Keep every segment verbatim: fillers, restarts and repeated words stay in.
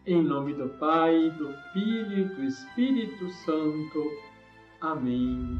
Em nome do Pai, do Filho e do Espírito Santo. Amém.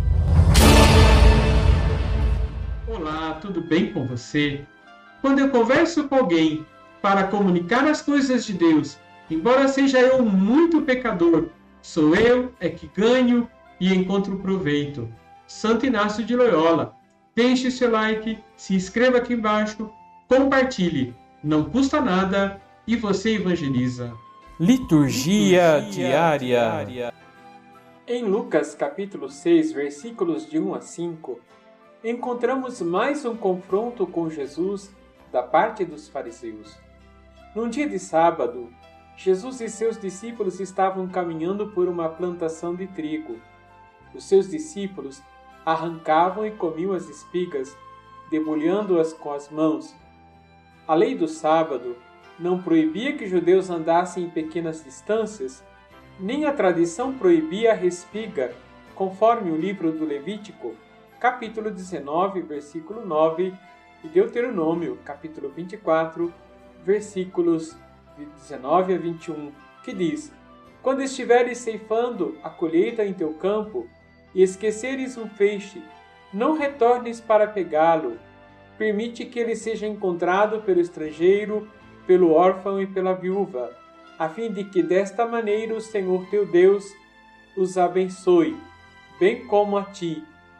Olá, tudo bem com você? Quando eu converso com alguém para comunicar as coisas de Deus, embora seja eu muito pecador, sou eu é que ganho e encontro proveito. Santo Inácio de Loyola. Deixe seu like, se inscreva aqui embaixo, compartilhe. Não custa nada e você evangeliza. Liturgia, Liturgia diária. diária. Em Lucas capítulo seis, versículos de um a cinco, encontramos mais um confronto com Jesus da parte dos fariseus. Num dia de sábado, Jesus e seus discípulos estavam caminhando por uma plantação de trigo. Os seus discípulos arrancavam e comiam as espigas, debulhando-as com as mãos. A lei do sábado não proibia que judeus andassem em pequenas distâncias, nem a tradição proibia a respiga, conforme o livro do Levítico, capítulo dezenove, versículo nove, e Deuteronômio, capítulo vinte e quatro, versículos de dezenove a vinte e um, que diz: Quando estiveres ceifando a colheita em teu campo, e esqueceres um feixe, não retornes para pegá-lo. Permite que ele seja encontrado pelo estrangeiro, pelo órfão e pela viúva, a fim de que desta maneira o Senhor teu Deus os abençoe, bem como a ti,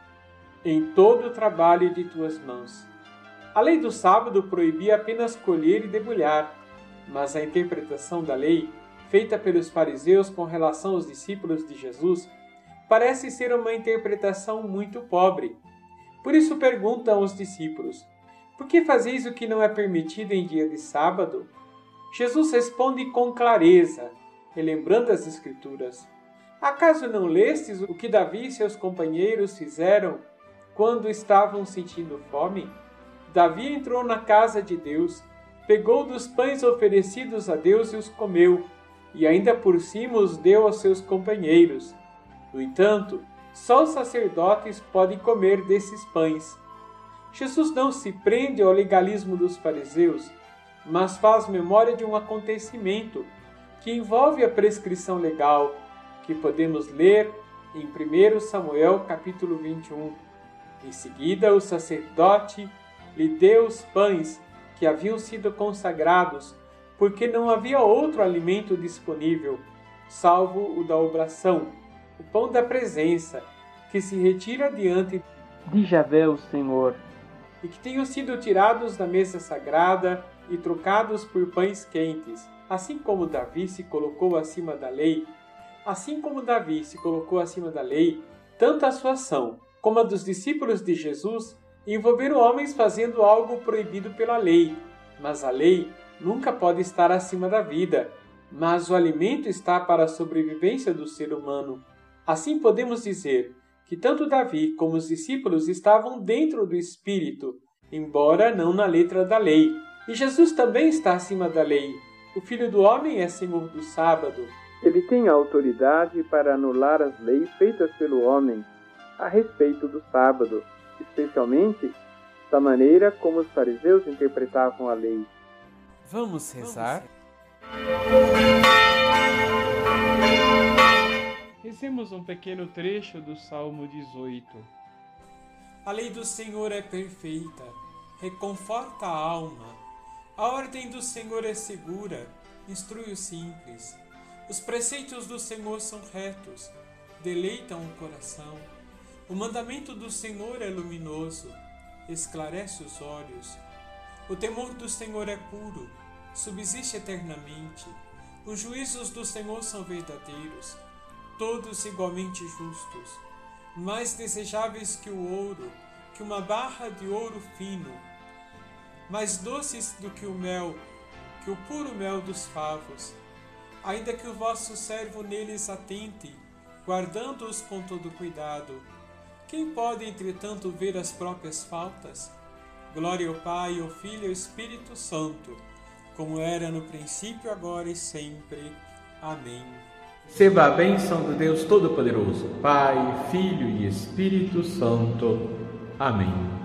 em todo o trabalho de tuas mãos. A lei do sábado proibia apenas colher e debulhar, mas a interpretação da lei, feita pelos fariseus com relação aos discípulos de Jesus, parece ser uma interpretação muito pobre. Por isso perguntam aos discípulos: por que fazeis o que não é permitido em dia de sábado? Jesus responde com clareza, relembrando as Escrituras: acaso não lestes o que Davi e seus companheiros fizeram quando estavam sentindo fome? Davi entrou na casa de Deus, pegou dos pães oferecidos a Deus e os comeu, e ainda por cima os deu aos seus companheiros. No entanto, só os sacerdotes podem comer desses pães. Jesus não se prende ao legalismo dos fariseus, mas faz memória de um acontecimento que envolve a prescrição legal, que podemos ler em primeiro Samuel capítulo vinte e um. Em seguida, o sacerdote lhe deu os pães que haviam sido consagrados, porque não havia outro alimento disponível, salvo o da obração, o pão da presença, que se retira diante de Javé o Senhor, e que tenham sido tirados da mesa sagrada e trocados por pães quentes. Assim como Davi se colocou acima da lei, assim como Davi se colocou acima da lei, tanto a sua ação como a dos discípulos de Jesus envolveram homens fazendo algo proibido pela lei. Mas a lei nunca pode estar acima da vida, mas o alimento está para a sobrevivência do ser humano. Assim podemos dizer que tanto Davi como os discípulos estavam dentro do Espírito, embora não na letra da lei. E Jesus também está acima da lei. O Filho do Homem é Senhor do sábado. Ele tem a autoridade para anular as leis feitas pelo homem a respeito do sábado, especialmente da maneira como os fariseus interpretavam a lei. Vamos rezar? Rezemos um pequeno trecho do Salmo dezoito. A lei do Senhor é perfeita, reconforta a alma. A ordem do Senhor é segura, instrui o simples. Os preceitos do Senhor são retos, deleitam o coração. O mandamento do Senhor é luminoso, esclarece os olhos. O temor do Senhor é puro, subsiste eternamente. Os juízos do Senhor são verdadeiros, todos igualmente justos, mais desejáveis que o ouro, que uma barra de ouro fino, mais doces do que o mel, que o puro mel dos favos. Ainda que o vosso servo neles atente, guardando-os com todo cuidado. Quem pode, entretanto, ver as próprias faltas? Glória ao Pai, ao Filho e ao Espírito Santo, como era no princípio, agora e sempre. Amém. Receba a bênção do Deus Todo-Poderoso, Pai, Filho e Espírito Santo. Amém.